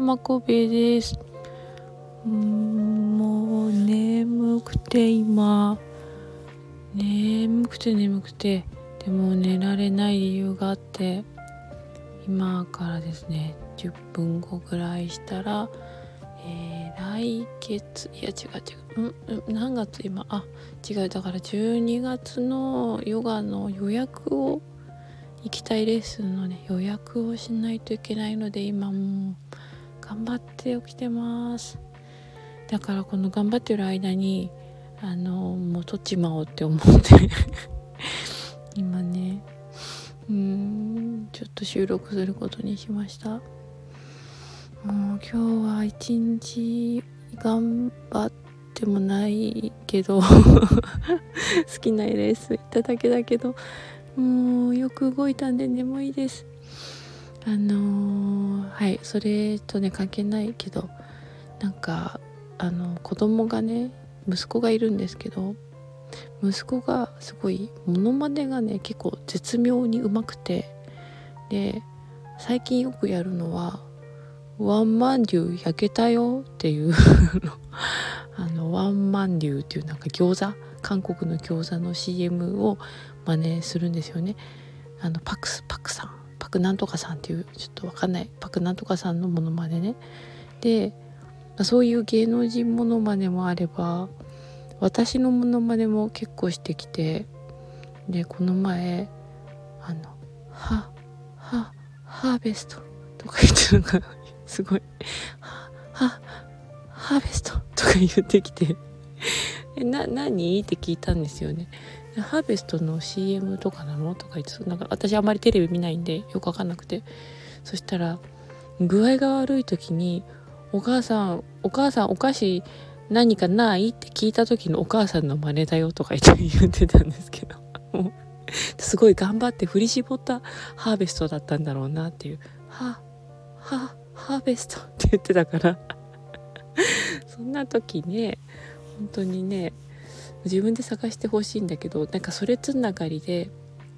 まこべです。もう眠くて今眠くてでも寝られない理由があって、今からですね10分後ぐらいしたら、来月何月今違うだから12月のヨガの予約を行きたいレッスンのね予約をしないといけないので、今もう頑張って起きてます。だからこの頑張ってる間にもう撮っちまおうって思って今ねちょっと収録することにしました。もう今日は一日頑張ってもないけど好きなレース行っただけだけど、もうよく動いたんで眠いです。はいそれとね関係ないけど、なんか子供がね息子がいるんですけど、息子がすごいモノマネがね結構絶妙にうまくて、で最近よくやるのはワンマンデュー焼けたよっていうワンマンデューっていうなんか韓国の餃子の CM を真似するんですよね。パクなんとかさんっていうちょっとわかんないパクなんとかさんのモノマネね。でそういう芸能人モノマネもあれば私のモノマネも結構してきて、でこの前ハーベストとか言ってるのがすごいハーベストとか言ってきて何って聞いたんですよね。ハーベストの CM とかなのとか言って、なんか私あんまりテレビ見ないんでよくわかんなくて、そしたら具合が悪い時にお母さんお菓子何かないって聞いた時のお母さんの真似だよとか言ってたんですけどもうすごい頑張って振り絞ったハーベストだったんだろうなっていう、ハーベストって言ってたからそんな時ね本当にね自分で探してほしいんだけど、なんかそれつながりで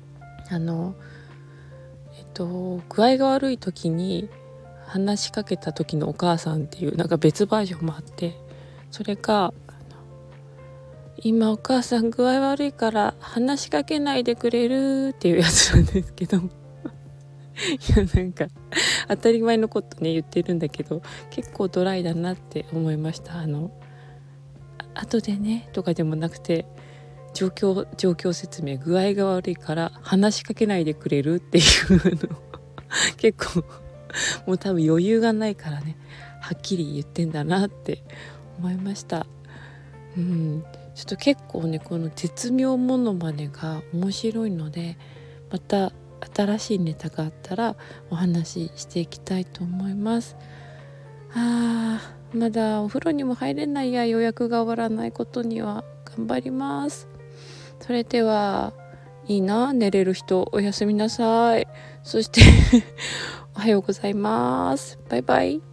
具合が悪い時に話しかけた時のお母さんっていうなんか別バージョンもあって、それが今お母さん具合悪いから話しかけないでくれるっていうやつなんですけどいやなんか当たり前のことね言ってるんだけど結構ドライだなって思いました。後でねとかでもなくて、状況説明、具合が悪いから話しかけないでくれるっていう結構もう多分余裕がないからねはっきり言ってんだなって思いました。ちょっと結構ねこの絶妙モノマネが面白いので、また新しいネタがあったらお話ししていきたいと思います。まだお風呂にも入れないや、予約が終わらないことには頑張ります。それではいいな、寝れる人おやすみなさい。そしておはようございます。バイバイ。